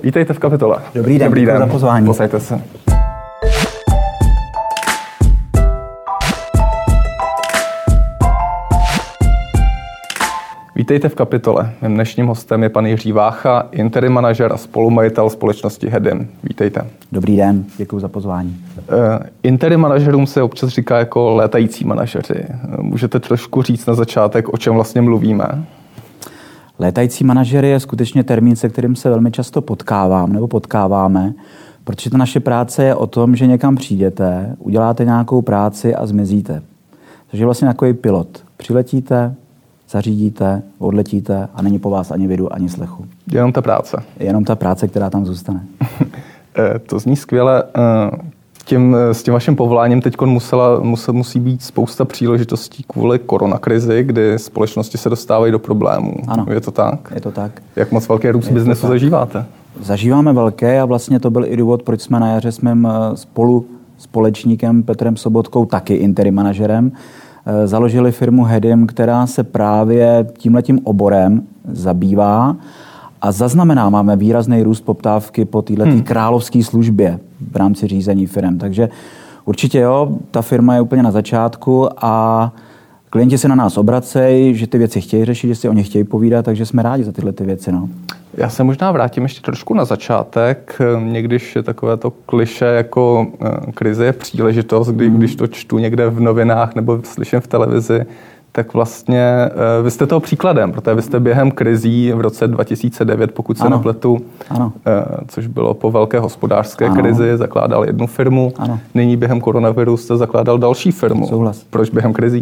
Vítejte v kapitole. Dobrý den, děkuji za pozvání. Posaďte se. Vítejte v kapitole. Mým dnešním hostem je pan Jiří Vácha, interim manažer a spolumajitel společnosti Hedim. Vítejte. Dobrý den, děkuji za pozvání. Interim manažerům se občas říká jako létající manažeři. Můžete trošku říct na začátek, o čem vlastně mluvíme? Létající manažer je skutečně termín, se kterým se velmi často potkáváme, protože ta naše práce je o tom, že někam přijdete, uděláte nějakou práci a zmizíte. Takže vlastně takový pilot. Přiletíte, zařídíte, odletíte a není po vás ani vidu, ani slechu. Jenom ta práce. Jenom ta práce, která tam zůstane. To zní skvěle. S tím vaším povoláním teď musí být spousta příležitostí kvůli koronakrizi, kdy společnosti se dostávají do problémů. Ano. Je to tak? Je to tak. Jak moc velký růst biznesu zažíváte? Zažíváme velké a vlastně to byl i důvod, proč jsme na jaře s mým společníkem Petrem Sobotkou, taky interim manažerem, založili firmu Hedim, která se právě tímhletím oborem zabývá a máme výrazný růst poptávky po této královské službě v rámci řízení firem. Takže určitě jo, ta firma je úplně na začátku a klienti se na nás obracejí, že ty věci chtějí řešit, že si o ně chtějí povídat, takže jsme rádi za tyhle ty věci. No. Já se možná vrátím ještě trošku na začátek. Někdyž je takové to klišé jako krize je příležitost, když to čtu někde v novinách nebo slyším v televizi, tak vlastně vy jste toho příkladem, protože vy jste během krizí v roce 2009, pokud se nepletu, což bylo po velké hospodářské krizi, zakládal jednu firmu. Ano. Nyní během koronaviru jste zakládal další firmu. Souhlas. Proč během krizí?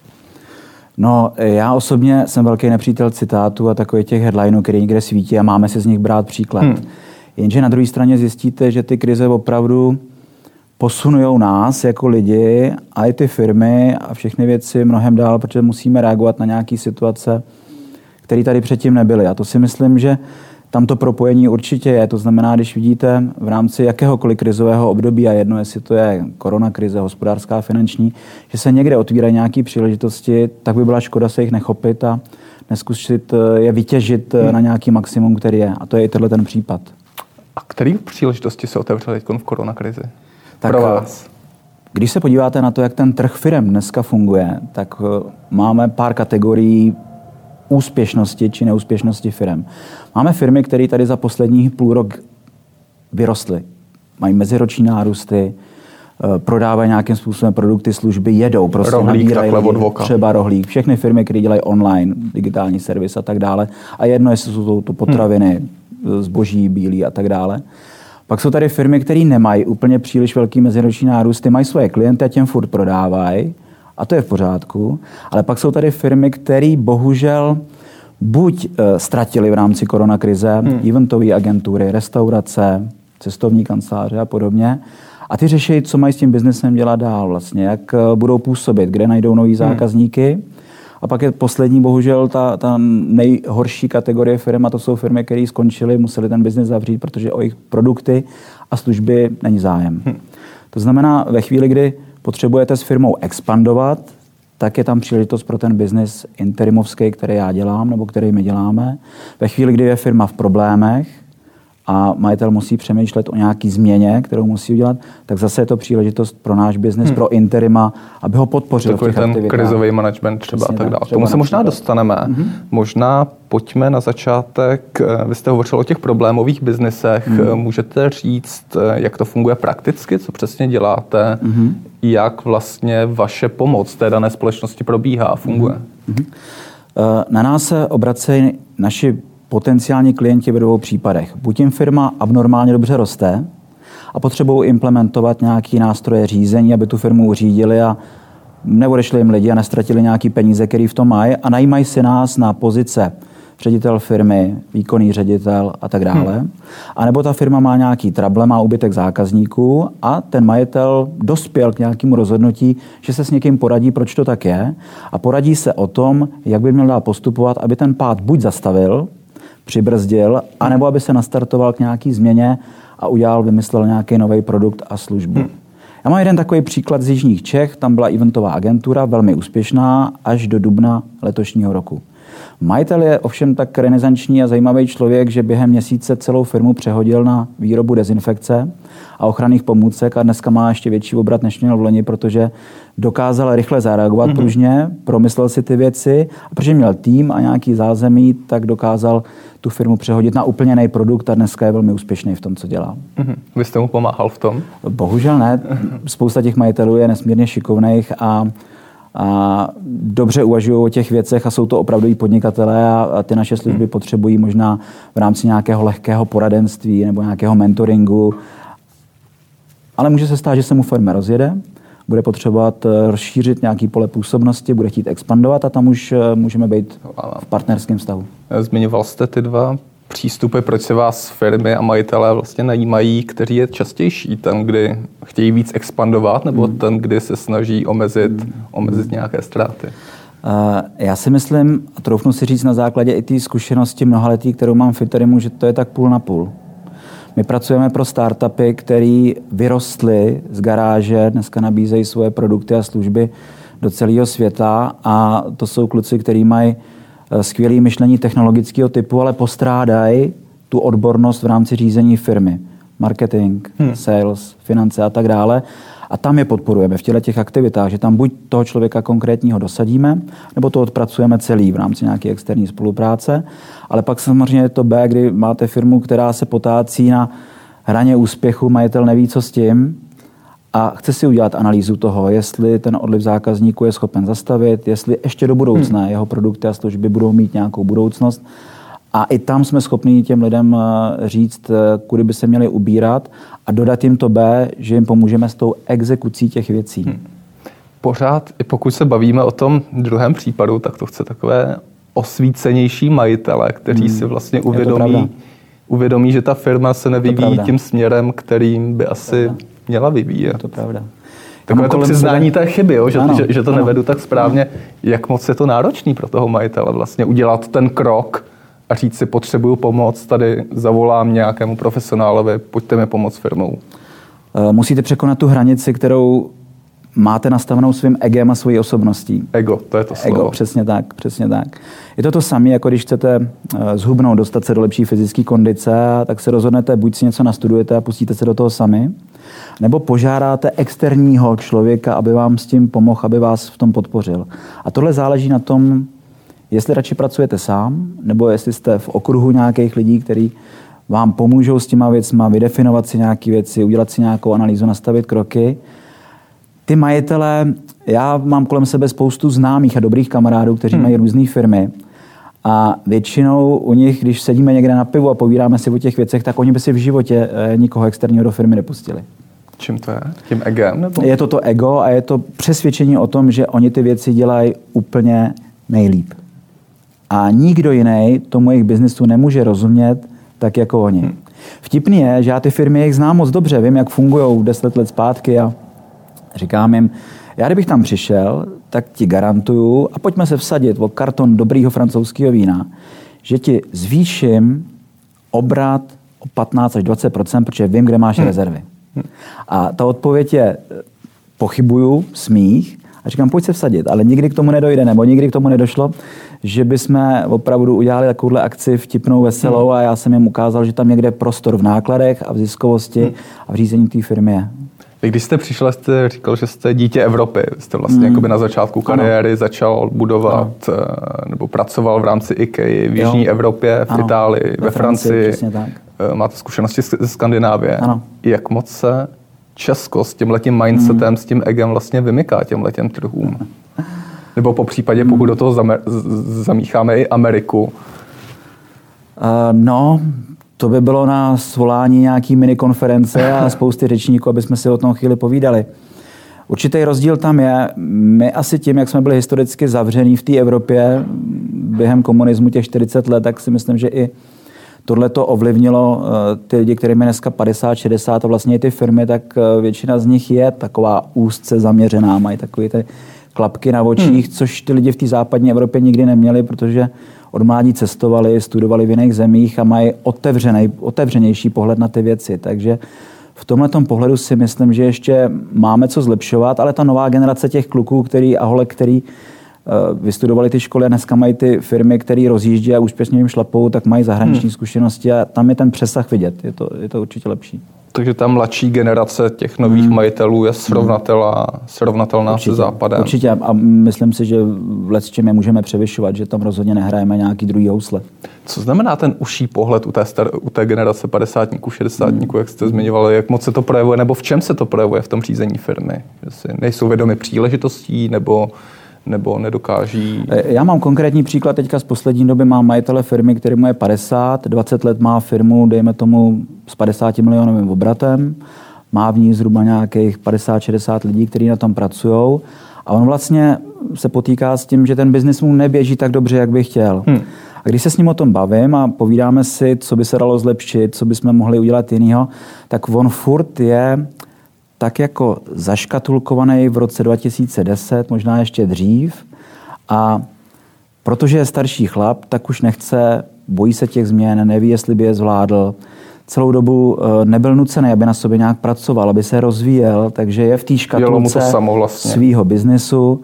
No, já osobně jsem velký nepřítel citátů a takových těch headlinů, které někde svítí a máme si z nich brát příklad. Jenže na druhé straně zjistíte, že ty krize opravdu posunujou nás jako lidi a i ty firmy a všechny věci mnohem dál, protože musíme reagovat na nějaké situace, které tady předtím nebyly. A to si myslím, že tam to propojení určitě je. To znamená, když vidíte v rámci jakéhokoliv krizového období, a jedno, jestli to je koronakrize, hospodářská, finanční, že se někde otvírají nějaké příležitosti, tak by byla škoda se jich nechopit a neskusit je vytěžit na nějaký maximum, který je. A to je i tenhle ten případ. A které příležitosti se otevřely teď v koronakrizi? Pro vás? Když se podíváte na to, jak ten trh firem dneska funguje, tak máme pár kategorií úspěšnosti či neúspěšnosti firem. Máme firmy, které tady za poslední půl rok vyrostly. Mají meziroční nárůsty, prodávají nějakým způsobem produkty, služby, jedou, prostě nabírají lidi, třeba Rohlík. Všechny firmy, které dělají online, digitální servis a tak dále. A jedno, jestli jsou to potraviny, zboží, bílý a tak dále. Pak jsou tady firmy, které nemají úplně příliš velký meziroční nárůsty, mají svoje klienty a těm furt prodávají. A to je v pořádku. Ale pak jsou tady firmy, které bohužel buď ztratili v rámci koronakrize eventové agentury, restaurace, cestovní kanceláře a podobně. A ty řeší, co mají s tím biznesem dělat dál vlastně, jak budou působit, kde najdou nový zákazníky. A pak je poslední, bohužel, ta nejhorší kategorie firm, a to jsou firmy, které skončily, museli ten biznes zavřít, protože o jejich produkty a služby není zájem. To znamená, ve chvíli, kdy potřebujete s firmou expandovat, tak je tam příležitost pro ten biznis interimovský, který já dělám, nebo který my děláme. Ve chvíli, kdy je firma v problémech a majitel musí přemýšlet o nějaký změně, kterou musí udělat, tak zase je to příležitost pro náš biznis, pro interima, aby ho podpořil. Takový v těch aktivitách. Krizový management třeba a tak dále. K tomu se možná dostaneme. Možná pojďme na začátek. Vy jste hovořil o těch problémových biznisech. Můžete říct, jak to funguje prakticky, co přesně děláte, jak vlastně vaše pomoc té dané společnosti probíhá a funguje? Na nás se obracejí naši potenciální klienti ve dvou případech. Buď jim firma abnormálně dobře roste a potřebují implementovat nějaké nástroje řízení, aby tu firmu řídili a neodešli jim lidi a nestratili nějaké peníze, které v tom mají a najímají si nás na pozice ředitel firmy, výkonný ředitel a tak dále. A nebo ta firma má nějaký trable, má úbytek zákazníků a ten majitel dospěl k nějakému rozhodnutí, že se s někým poradí, proč to tak je a poradí se o tom, jak by měl dál postupovat, aby ten pád buď zastavil, přibrzdil, anebo aby se nastartoval k nějaký změně a vymyslel nějaký nový produkt a službu. Já mám jeden takový příklad z jižních Čech, tam byla eventová agentura, velmi úspěšná, až do dubna letošního roku. Majitel je ovšem tak renesanční a zajímavý člověk, že během měsíce celou firmu přehodil na výrobu dezinfekce a ochranných pomůcek a dneska má ještě větší obrat, než měl v loni, protože dokázal rychle zareagovat pružně, promyslel si ty věci a protože měl tým a nějaký zázemí, tak dokázal tu firmu přehodit na úplně jiný produkt a dneska je velmi úspěšný v tom, co dělá. Vy jste mu pomáhal v tom? Bohužel ne. Spousta těch majitelů je nesmírně šikovných a dobře uvažují o těch věcech a jsou to opravdoví podnikatelé a ty naše služby potřebují možná v rámci nějakého lehkého poradenství nebo nějakého mentoringu. Ale může se stát, že se mu firma rozjede, bude potřebovat rozšířit nějaký pole působnosti, bude chtít expandovat a tam už můžeme být v partnerském vztahu. Zmiňoval jste ty dva přístupy, proč se vás firmy a majitelé vlastně najímají, který je častější? Ten, kdy chtějí víc expandovat, nebo ten, kdy se snaží omezit nějaké ztráty? Já si myslím, a troufnu si říct na základě i té zkušenosti mnohaletý, kterou mám v Fitterimu, že to je tak půl na půl. My pracujeme pro startupy, které vyrostly z garáže, dneska nabízejí svoje produkty a služby do celého světa a to jsou kluci, kteří mají skvělé myšlení technologického typu, ale postrádají tu odbornost v rámci řízení firmy. Marketing, sales, finance a tak dále. A tam je podporujeme v těch aktivitách, že tam buď toho člověka konkrétního dosadíme, nebo to odpracujeme celý v rámci nějaké externí spolupráce. Ale pak samozřejmě je to B, kdy máte firmu, která se potácí na hraně úspěchu, majitel neví, co s tím a chce si udělat analýzu toho, jestli ten odliv zákazníků je schopen zastavit, jestli ještě do budoucna jeho produkty a služby budou mít nějakou budoucnost. A i tam jsme schopni těm lidem říct, kudy by se měli ubírat a dodat jim to B, že jim pomůžeme s tou exekucí těch věcí. Pořád, i pokud se bavíme o tom druhém případu, tak to chce takové osvícenější majitele, kteří si vlastně uvědomí, že ta firma se nevyvíjí tím směrem, kterým by asi měla vyvíjet. Je to pravda. Takové to přiznání té chyby, jo? Že to nevedu tak správně. Jak moc je to náročný pro toho majitele vlastně udělat ten krok a říct si, potřebuju pomoc, tady zavolám nějakému profesionálovi, pojďte mi pomoct firmou. Musíte překonat tu hranici, kterou máte nastavenou svým egem a svojí osobností. Ego, to je to slovo. Ego, přesně tak, přesně tak. Je to samé, jako když chcete zhubnout, dostat se do lepší fyzické kondice, tak se rozhodnete, buď si něco nastudujete a pustíte se do toho sami, nebo požádáte externího člověka, aby vám s tím pomohl, aby vás v tom podpořil. A tohle záleží na tom, jestli radši pracujete sám, nebo jestli jste v okruhu nějakých lidí, kteří vám pomůžou s těma věcma, vydefinovat si nějaké věci, udělat si nějakou analýzu, nastavit kroky. Ty majitelé, já mám kolem sebe spoustu známých a dobrých kamarádů, kteří mají různé firmy. A většinou u nich, když sedíme někde na pivu a povídáme si o těch věcech, tak oni by si v životě nikoho externího do firmy nepustili. Čím to je? Tím egem? Nebo? Je to ego a je to přesvědčení o tom, že oni ty věci dělají úplně nejlíp. A nikdo jiný tomu jejich biznesu nemůže rozumět tak jako oni. Vtipný je, že já ty firmy jejich znám moc dobře, vím, jak fungují 10 let zpátky a říkám jim, já kdybych tam přišel, tak ti garantuju, a pojďme se vsadit o karton dobrýho francouzského vína, že ti zvýším obrat o 15 až 20%, protože vím, kde máš rezervy. A ta odpověď je, pochybuju, smích, a říkám, pojď se vsadit, ale nikdy k tomu nedojde, nebo nikdy k tomu nedošlo, že bychom opravdu udělali takovouhle akci vtipnou, veselou a já jsem jim ukázal, že tam někde prostor v nákladech a v ziskovosti a v řízení té firmy je. Když jste přišel, jste říkal, že jste dítě Evropy. Jste vlastně jakoby na začátku kariéry začal budovat nebo pracoval v rámci IKEA v Jižní Evropě, v Itálii, ve Francii. Máte zkušenosti ze Skandinávie. Jak moc se Česko s tímhletím mindsetem, s tím egem vlastně vymyká těmhletěm trhům? Nebo po případě, pokud do toho zamícháme i Ameriku? To by bylo na svolání nějaký minikonference a spousty řečníků, aby jsme si o tom chvíli povídali. Určitý rozdíl tam je. My asi tím, jak jsme byli historicky zavření v té Evropě během komunismu těch 40 let, tak si myslím, že i tohle to ovlivnilo ty lidi, kterým je dneska 50, 60 a vlastně i ty firmy, tak většina z nich je taková úzce zaměřená, mají takové ty klapky na očích, což ty lidi v té západní Evropě nikdy neměli, protože od mládí cestovali, studovali v jiných zemích a mají otevřenější pohled na ty věci. Takže v tomhletom pohledu si myslím, že ještě máme co zlepšovat, ale ta nová generace těch kluků, který vystudovali ty školy a dneska mají ty firmy, které rozjíždí a úspěšně jim šlapou, tak mají zahraniční zkušenosti a tam je ten přesah vidět. Je to určitě lepší. Takže ta mladší generace těch nových majitelů je srovnatelná se Západem. Určitě a myslím si, že v lecčem je můžeme převyšovat, že tam rozhodně nehrajeme nějaký druhý housle. Co znamená ten užší pohled u té generace 50, 60, jak jste zmiňovali, jak moc se to projevuje, nebo v čem se to projevuje v tom řízení firmy? Jestli nejsou vědomi příležitostí, nebo nedokáží? Já mám konkrétní příklad teďka z poslední doby. Mám majitele firmy, který mu je 50, 20 let má firmu, dejme tomu s 50 milionovým obratem, má v ní zhruba nějakých 50-60 lidí, kteří na tom pracují a on vlastně se potýká s tím, že ten biznis mu neběží tak dobře, jak by chtěl. A když se s ním o tom bavím a povídáme si, co by se dalo zlepšit, co bychom mohli udělat jinýho, tak on furt je tak jako zaškatulkovaný v roce 2010, možná ještě dřív. A protože je starší chlap, tak už nechce, bojí se těch změn, neví, jestli by je zvládl. Celou dobu nebyl nucený, aby na sobě nějak pracoval, aby se rozvíjel, takže je v té škatulce svýho biznesu.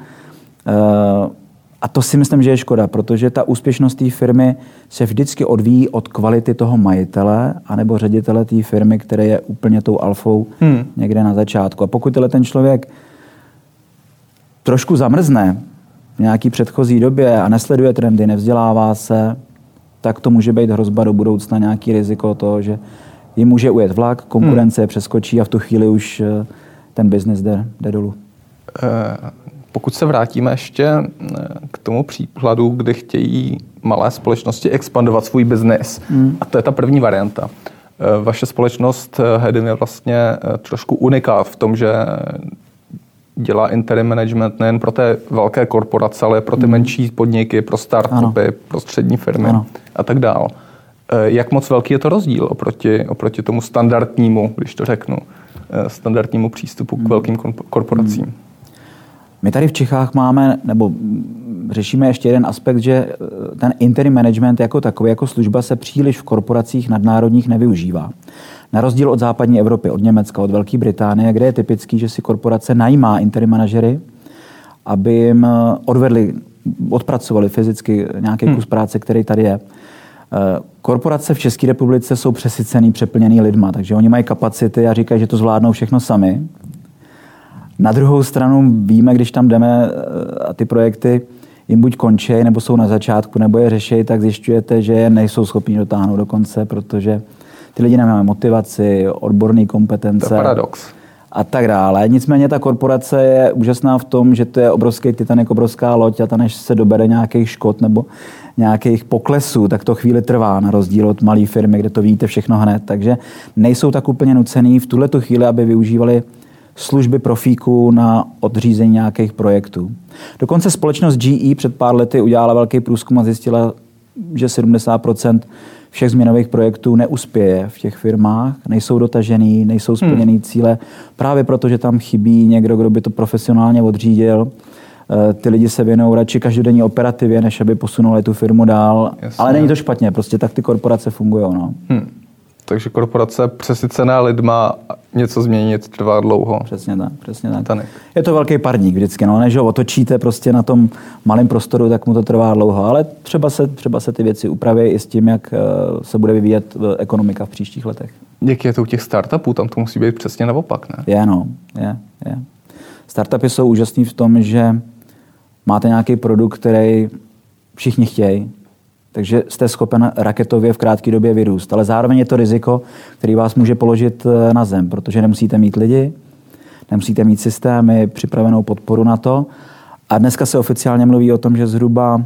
A to si myslím, že je škoda, protože ta úspěšnost té firmy se vždycky odvíjí od kvality toho majitele anebo ředitele té firmy, který je úplně tou alfou někde na začátku. A pokud ten člověk trošku zamrzne v nějaký předchozí době a nesleduje trendy, nevzdělává se, tak to může být hrozba do budoucna, nějaký riziko toho, že jim může ujet vlak, konkurence přeskočí a v tu chvíli už ten biznis jde dolů. Pokud se vrátíme ještě k tomu příkladu, kdy chtějí malé společnosti expandovat svůj biznis, a to je ta první varianta. Vaše společnost Hedim je vlastně trošku unikát v tom, že dělá interim management nejen pro té velké korporace, ale pro ty menší podniky, pro startupy, pro střední firmy a tak dál. Jak moc velký je to rozdíl oproti tomu standardnímu, když to řeknu, standardnímu přístupu k velkým korporacím? My tady v Čechách máme, nebo řešíme ještě jeden aspekt, že ten interim management jako takový, jako služba se příliš v korporacích nadnárodních nevyužívá. Na rozdíl od západní Evropy, od Německa, od Velké Británie, kde je typický, že si korporace najímá interim manažery, aby jim odpracovali fyzicky nějaký kus práce, který tady je. Korporace v České republice jsou přesycený, přeplněný lidma, takže oni mají kapacity a říkají, že to zvládnou všechno sami. Na druhou stranu víme, když tam jdeme a ty projekty jim buď končí, nebo jsou na začátku, nebo je řeší, tak zjišťujete, že je nejsou schopni dotáhnout do konce, protože ty lidi nemají motivaci, odborné kompetence. To je paradox. A tak dále. Nicméně ta korporace je úžasná v tom, že to je obrovský Titanic, obrovská loď a ta než se dobere nějakých škod nebo nějakých poklesů, tak to chvíli trvá na rozdíl od malé firmy, kde to vidíte všechno hned. Takže nejsou tak úplně nucený v tuhletu chvíli, aby využívali služby profíků na odřízení nějakých projektů. Dokonce společnost GE před pár lety udělala velký průzkum a zjistila, že 70% všech změnových projektů neuspěje v těch firmách, nejsou dotažený, nejsou splněný cíle, právě proto, že tam chybí někdo, kdo by to profesionálně odřídil. Ty lidi se věnují radši každodenní operativě, než aby posunuli tu firmu dál. Jasně. Ale není to špatně, prostě tak ty korporace fungují. No. Takže korporace přesycená lidma něco změnit trvá dlouho. Přesně tak. Je to velký parník vždycky, no, než ho otočíte prostě na tom malém prostoru, tak mu to trvá dlouho, ale třeba se ty věci upraví i s tím, jak se bude vyvíjet ekonomika v příštích letech. Jak je to u těch startupů? Tam to musí být přesně naopak, ne? Je. Startupy jsou úžasný v tom, že máte nějaký produkt, který všichni chtějí, takže jste schopen raketově v krátké době vyrůst. Ale zároveň je to riziko, který vás může položit na zem, protože nemusíte mít lidi, nemusíte mít systémy, připravenou podporu na to. A dneska se oficiálně mluví o tom, že zhruba,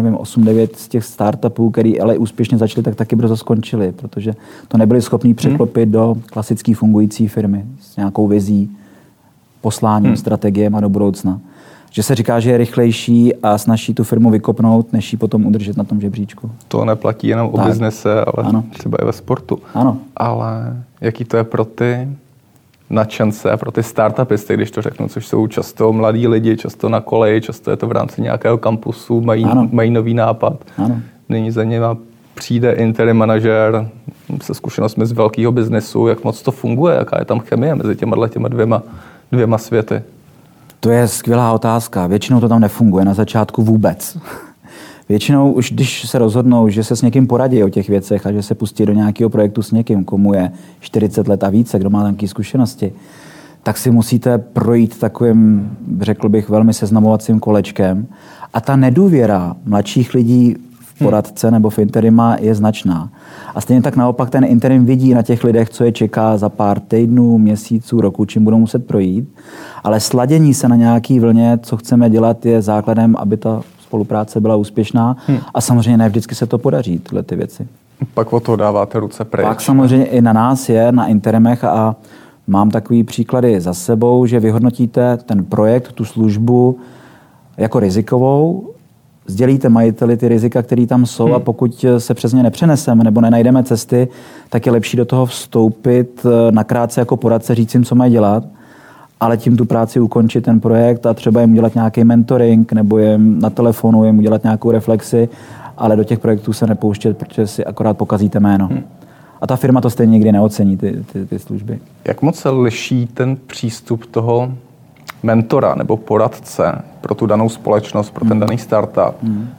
8-9 z těch startupů, který ale úspěšně začaly, tak taky brzo skončili, protože to nebyli schopní překlopit do klasické fungující firmy s nějakou vizí, posláním, strategiem a do budoucna. Že se říká, že je rychlejší a snazší tu firmu vykopnout, než ji potom udržet na tom žebříčku. To neplatí jenom o biznese, ale třeba i ve sportu. Ano. Ale jaký to je pro ty nadšence, pro ty startupisty, když to řeknu, což jsou často mladí lidi, často na koleji, často je to v rámci nějakého kampusu, mají nový nápad. Ano. Nyní za něma přijde interim manažer se zkušenostmi z velkého biznesu, jak moc to funguje, jaká je tam chemie mezi těma dvěma světy. To je skvělá otázka. Většinou to tam nefunguje, na začátku vůbec. Většinou už když se rozhodnou, že se s někým poradí o těch věcech a že se pustí do nějakého projektu s někým, komu je 40 let a více, kdo má také zkušenosti, tak si musíte projít takovým, řekl bych, velmi seznamovacím kolečkem. A ta nedůvěra mladších lidí v poradce nebo v interima je značná. A stejně tak naopak ten interim vidí na těch lidech, co je čeká za pár týdnů, měsíců, roku, čím budou muset projít. Ale sladění se na nějaký vlně, co chceme dělat, je základem, aby ta spolupráce byla úspěšná. A samozřejmě ne vždycky se to podaří, tyhle ty věci. Pak od toho dáváte ruce pryč. Pak samozřejmě i na nás je, na interimech, a mám takový příklady za sebou, že vyhodnotíte ten projekt, tu službu jako rizikovou, sdělíte majiteli ty rizika, které tam jsou, a pokud se přes ně nepřeneseme nebo nenajdeme cesty, tak je lepší do toho vstoupit nakrátce jako poradce, říct jim, co mají dělat, ale tím tu práci ukončit ten projekt a třeba jim udělat nějaký mentoring nebo jim na telefonu jim udělat nějakou reflexi, ale do těch projektů se nepouštět, protože si akorát pokazíte jméno. A ta firma to stejně nikdy neocení, ty služby. Jak moc se liší ten přístup toho mentora nebo poradce pro tu danou společnost, pro ten daný startup,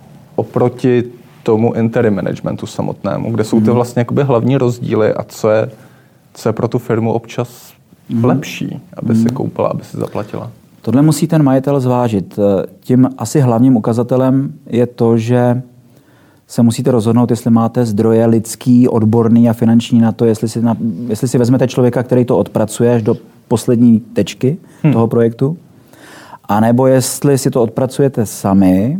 oproti tomu interim managementu samotnému, kde jsou ty vlastně jakoby hlavní rozdíly a co je pro tu firmu občas lepší, aby si koupila, aby si zaplatila? Tohle musí ten majitel zvážit. Tím asi hlavním ukazatelem je to, že se musíte rozhodnout, jestli máte zdroje lidský, odborný a finanční na to, jestli si vezmete člověka, který to odpracuje až do poslední tečky toho projektu, anebo jestli si to odpracujete sami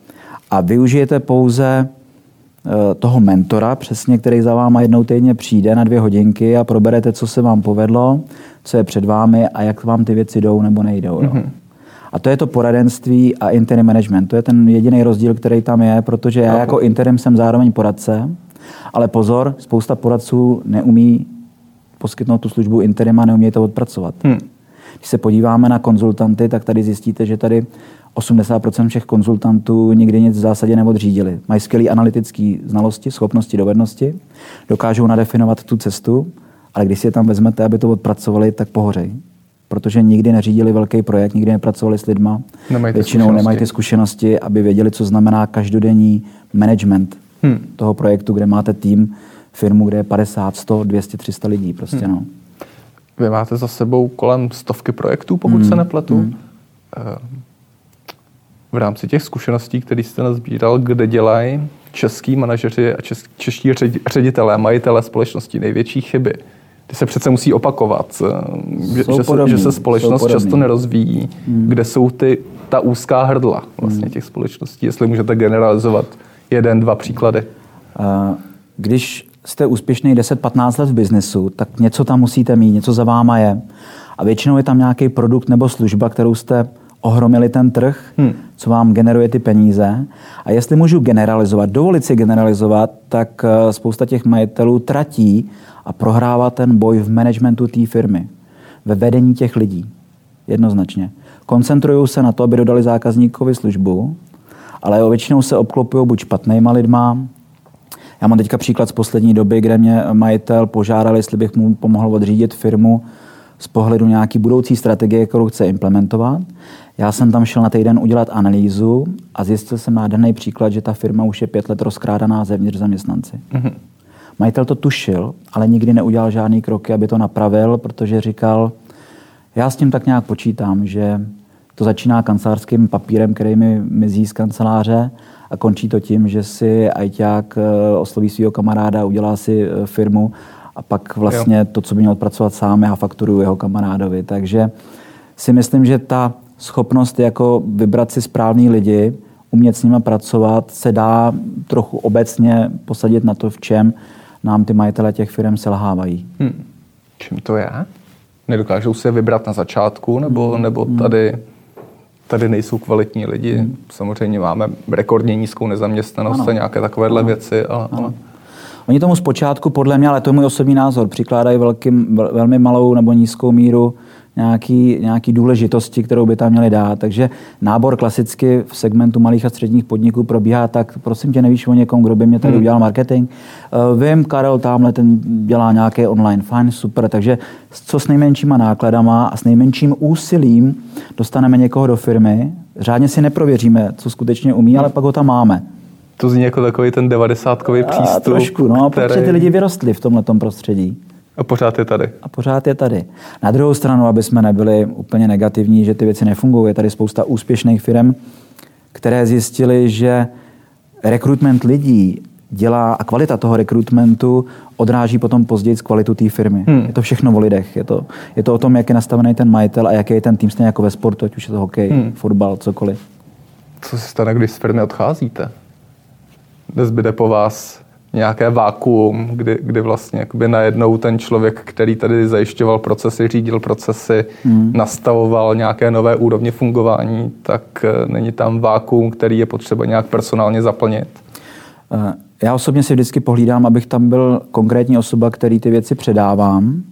a využijete pouze toho mentora, přesně, který za váma jednou týdně přijde na 2 hodinky a proberete, co se vám povedlo, co je před vámi a jak vám ty věci jdou nebo nejdou. A to je to poradenství a interim management. To je ten jediný rozdíl, který tam je, protože já jako interim jsem zároveň poradce, ale pozor, spousta poradců neumí poskytnout tu službu interima, neumí to odpracovat. Když se podíváme na konzultanty, tak tady zjistíte, že tady 80% všech konzultantů nikdy nic v zásadě neodřídili. Mají skvělé analytické znalosti, schopnosti, dovednosti, dokážou nadefinovat tu cestu, ale když si je tam vezmete, aby to odpracovali, tak pohořej. Protože nikdy neřídili velký projekt, nikdy nepracovali s lidma, většinou nemají ty zkušenosti, aby věděli, co znamená každodenní management toho projektu, kde máte tým, firmu, kde je 50, 100, 200, 300 lidí. Prostě, no. Vy máte za sebou kolem 100 projektů, pokud se nepletu. V rámci těch zkušeností, které jste nazbíral, kde dělají český manažeři a čeští ředitelé, majitelé společností největší chyby, ty se přece musí opakovat, že se společnost často nerozvíjí, kde jsou ta úzká hrdla vlastně těch společností, jestli můžete generalizovat 1, 2 příklady. Když jste úspěšný 10-15 let v biznesu, tak něco tam musíte mít, něco za váma je. A většinou je tam nějaký produkt nebo služba, kterou jste ohromili ten trh, co vám generuje ty peníze. A jestli můžu generalizovat, dovolit si generalizovat, tak spousta těch majitelů tratí a prohrává ten boj v managementu té firmy, ve vedení těch lidí. Jednoznačně. Koncentrují se na to, aby dodali zákazníkovi službu, ale většinou se obklopují buď špatnýma lidma. Já mám teďka příklad z poslední doby, kde mě majitel požádal, jestli bych mu pomohl odřídit firmu z pohledu nějaký budoucí strategie, kterou chce implementovat. Já jsem tam šel na týden udělat analýzu a zjistil jsem nádherný příklad, že ta firma už je 5 let rozkrádaná zevnitř zaměstnanci. Majitel to tušil, ale nikdy neudělal žádný kroky, aby to napravil, protože říkal, já s tím tak nějak počítám, že to začíná kancelářským papírem, který mi mizí z kanceláře a končí to tím, že si ajťák osloví svého kamaráda, udělá si firmu a pak vlastně to, co by měl odpracovat sám, já fakturuju jeho kamarádovi. Takže si myslím, že ta schopnost jako vybrat si správný lidi, umět s nimi pracovat, se dá trochu obecně posadit na to, v čem nám ty majitele těch firm selhávají. Čím to je? Nedokážou se vybrat na začátku, nebo tady nejsou kvalitní lidi? Samozřejmě máme rekordně nízkou nezaměstnanost a nějaké takovéhle věci, ale... Oni tomu zpočátku, podle mě, ale to je můj osobní názor, přikládají velmi malou nebo nízkou míru nějaký důležitosti, kterou by tam měli dát. Takže nábor klasicky v segmentu malých a středních podniků probíhá tak, prosím tě, nevíš o někom, kdo by mě tady udělal marketing? Vím, Karel tamhle, ten dělá nějaké online, fajn, super. Takže co s nejmenšíma nákladama a s nejmenším úsilím dostaneme někoho do firmy, řádně si neprověříme, co skutečně umí, ale pak ho tam máme. To zní jako takový ten 90kový přístup. Trošku, no, protože ty lidi vyrostli v tomhletom prostředí. A pořád je tady. A pořád je tady. Na druhou stranu, aby jsme nebyli úplně negativní, že ty věci nefungují, je tady spousta úspěšných firm, které zjistily, že rekrutment lidí dělá a kvalita toho rekrutmentu odráží potom později kvalitu té firmy. Je to všechno o lidech. Je to o tom, jak je nastavený ten majitel a jaký je ten tým, stejně jako ve sportu, ať už je to hokej, fotbal, cokoliv. Co se stane, když z firmy odcházíte? Nezbyde po vás nějaké vákuum, kdy vlastně jakoby najednou ten člověk, který tady zajišťoval procesy, řídil procesy, nastavoval nějaké nové úrovně fungování, tak není tam vákuum, který je potřeba nějak personálně zaplnit? Já osobně si vždycky pohlídám, abych tam byl konkrétní osoba, který ty věci předávám,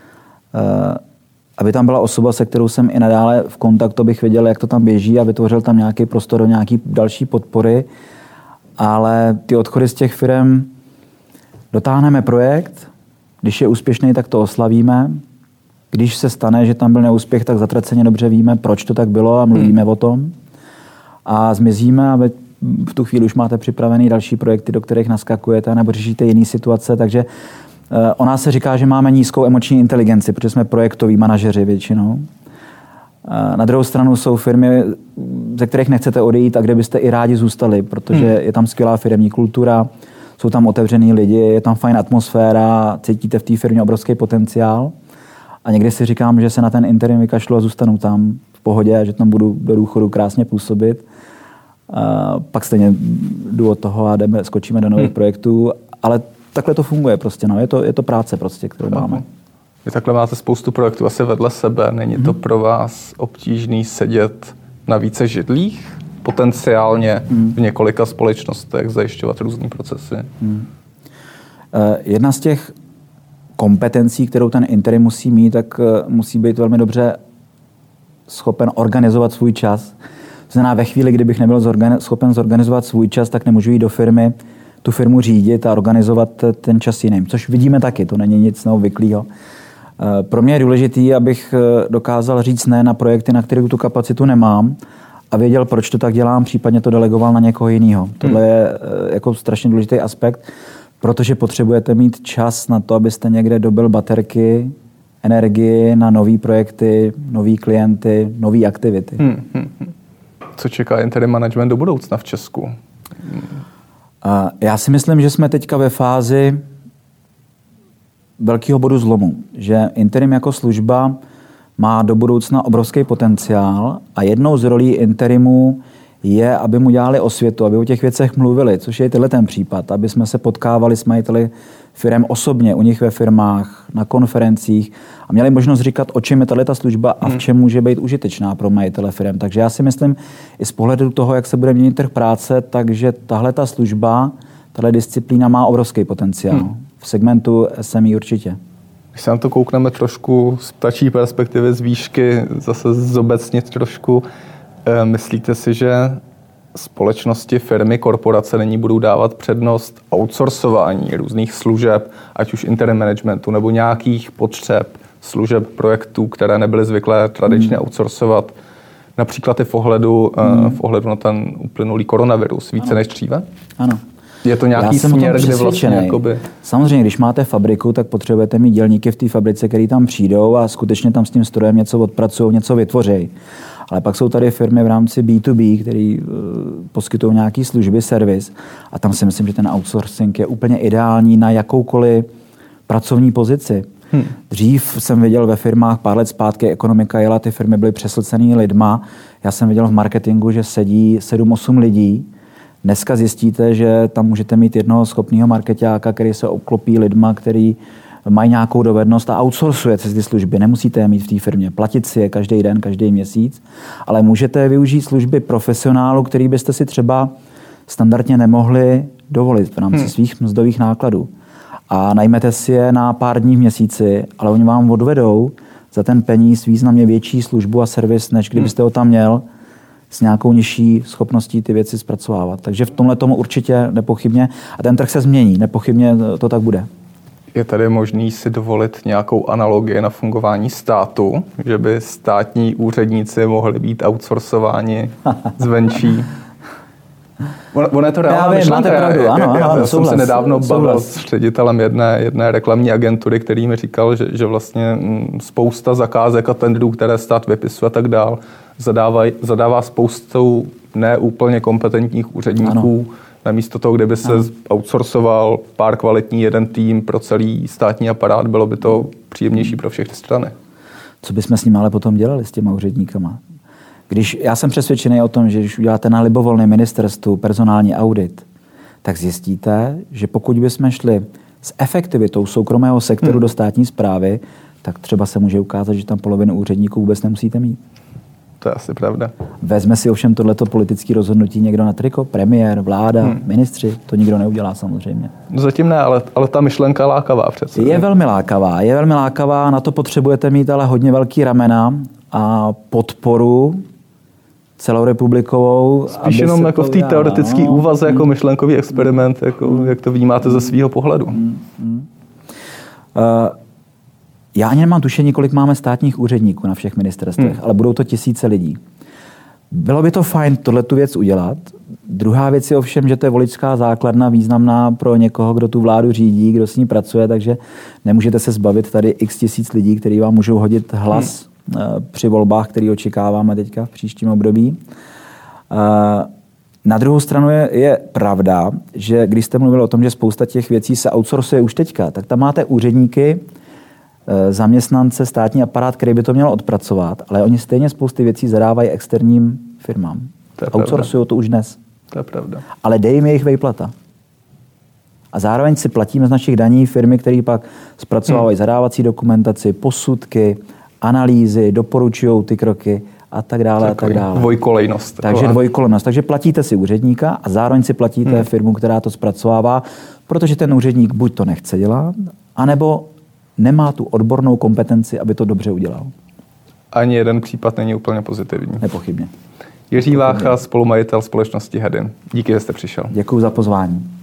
aby tam byla osoba, se kterou jsem i nadále v kontaktu, abych věděl, jak to tam běží a vytvořil tam nějaký prostor do nějaký další podpory. Ale ty odchody z těch firm, dotáhneme projekt, když je úspěšný, tak to oslavíme. Když se stane, že tam byl neúspěch, tak zatraceně dobře víme, proč to tak bylo a mluvíme o tom. A zmizíme a v tu chvíli už máte připravený další projekty, do kterých naskakujete nebo řešíte jiné situace. Takže o nás se říká, že máme nízkou emoční inteligenci, protože jsme projektoví manažeři většinou. Na druhou stranu jsou firmy, ze kterých nechcete odejít a kde byste i rádi zůstali, protože je tam skvělá firemní kultura, jsou tam otevřený lidi, je tam fajn atmosféra, cítíte v té firmě obrovský potenciál. A někdy si říkám, že se na ten interim vykašlu a zůstanu tam v pohodě a že tam budu do důchodu krásně působit. Pak stejně jdu od toho a skočíme do nových projektů, ale takhle to funguje prostě, no. Je to práce prostě, kterou máme. Vy takhle máte spoustu projektů asi vedle sebe. Není to pro vás obtížný sedět na více židlích? Potenciálně v několika společnostech zajišťovat různý procesy? Jedna z těch kompetencí, kterou ten interim musí mít, tak musí být velmi dobře schopen organizovat svůj čas. To znamená, ve chvíli, kdybych nebyl schopen zorganizovat svůj čas, tak nemůžu jít do firmy, tu firmu řídit a organizovat ten čas jiným. Což vidíme taky, to není nic neobvyklého. Pro mě je důležitý, abych dokázal říct ne na projekty, na kterých tu kapacitu nemám a věděl, proč to tak dělám, případně to delegoval na někoho jiného. Tohle je jako strašně důležitý aspekt, protože potřebujete mít čas na to, abyste někde dobil baterky, energii na nové projekty, nový klienty, nové aktivity. Co čeká interim management do budoucna v Česku? Já si myslím, že jsme teďka ve fázi velkého bodu zlomu, že interim jako služba má do budoucna obrovský potenciál a jednou z rolí interimu je, aby mu dělali osvětu, aby o těch věcech mluvili, což je tenhle ten případ, aby jsme se potkávali s majiteli firem osobně, u nich ve firmách, na konferencích a měli možnost říkat, o čem je tato služba a v čem může být užitečná pro majitele firem. Takže já si myslím, i z pohledu toho, jak se bude měnit trh práce, takže tahle ta služba, tahle disciplína má obrovský potenciál. V segmentu SME určitě. Když se na to koukneme trošku z ptačí perspektivy, z výšky, zase zobecnit trošku, myslíte si, že společnosti, firmy, korporace nyní budou dávat přednost outsourcování různých služeb, ať už interim managementu nebo nějakých potřeb, služeb, projektů, které nebyly zvyklé tradičně outsourcovat, například i v ohledu na ten uplynulý koronavirus, více než dříve? Ano. Je to nějaký směr, kde vlastně jakoby... Samozřejmě, když máte fabriku, tak potřebujete mít dělníky v té fabrice, který tam přijdou a skutečně tam s tím strojem něco odpracují, něco vytvoří. Ale pak jsou tady firmy v rámci B2B, které poskytují nějaké služby, servis a tam si myslím, že ten outsourcing je úplně ideální na jakoukoliv pracovní pozici. Dřív jsem viděl ve firmách, pár let zpátky ekonomika jela, ty firmy byly přeslcený lidma. Já jsem viděl v marketingu, že sedí 7-8 lidí. Dneska zjistíte, že tam můžete mít jednoho schopného markeťáka, který se obklopí lidma, který mají nějakou dovednost a outsourcuje ty služby. Nemusíte je mít v té firmě. Platit si je každý den, každý měsíc, ale můžete využít služby profesionálu, který byste si třeba standardně nemohli dovolit v rámci svých mzdových nákladů. A najmete si je na pár dní v měsíci, ale oni vám odvedou za ten peníz významně větší službu a servis, než kdybyste ho tam měl s nějakou nižší schopností ty věci zpracovávat. Takže v tomhle tomu určitě nepochybně. A ten trh se změní, nepochybně to tak bude. Je tady možný si dovolit nějakou analogii na fungování státu, že by státní úředníci mohli být outsourcováni zvenčí? Ono je to reálná myšlenka. Já jsem se nedávno bavil s ředitelem jedné reklamní agentury, který mi říkal, že vlastně spousta zakázek a tendrů, které stát vypisuje a tak dál, zadává spoustou neúplně kompetentních úředníků. Ano. Namísto toho, kdyby se outsourcoval pár kvalitní jeden tým pro celý státní aparát, bylo by to příjemnější pro všechny strany. Co bychom s nimi ale potom dělali, s těma úředníkama? Já jsem přesvědčený o tom, že když uděláte na libovolné ministerstvu personální audit, tak zjistíte, že pokud bychom šli s efektivitou soukromého sektoru do státní správy, tak třeba se může ukázat, že tam polovinu úředníků vůbec nemusíte mít. To je asi pravda. Vezme si ovšem tohleto politické rozhodnutí někdo na triko? Premiér, vláda, ministři? To nikdo neudělá samozřejmě. Zatím ne, ale ta myšlenka je lákavá přece. Je velmi lákavá. Na to potřebujete mít ale hodně velký ramena a podporu celorepublikovou. Spíš jenom jako v té teoretické úvaze, jako myšlenkový experiment, jako, jak to vnímáte ze svého pohledu. Já ani nemám tušení, kolik máme státních úředníků na všech ministerstvech, ale budou to tisíce lidí. Bylo by to fajn tohletu věc udělat. Druhá věc je ovšem, že to je voličská základna významná pro někoho, kdo tu vládu řídí, kdo s ní pracuje, takže nemůžete se zbavit tady x tisíc lidí, kteří vám můžou hodit hlas při volbách, který očekáváme teďka v příštím období. Na druhou stranu je pravda, že když jste mluvil o tom, že spousta těch věcí se outsourcuje už teďka, tak tam máte úředníky, zaměstnance, státní aparát, který by to měl odpracovat, ale oni stejně spousty věcí zadávají externím firmám. Outsourcují to už dnes. To je pravda. Ale dej jim jejich vejplata. A zároveň si platíme z našich daní firmy, které pak zpracovávají zadávací dokumentaci, posudky, analýzy, doporučují ty kroky a tak dále. Dvojkolejnost. Takže dvojkolejnost. Takže platíte si úředníka a zároveň si platíte firmu, která to zpracovává, protože ten úředník buď to nechce dělat, anebo nemá tu odbornou kompetenci, aby to dobře udělal. Ani jeden případ není úplně pozitivní. Nepochybně. Jiří Vácha, spolumajitel společnosti Hedin. Díky, že jste přišel. Děkuji za pozvání.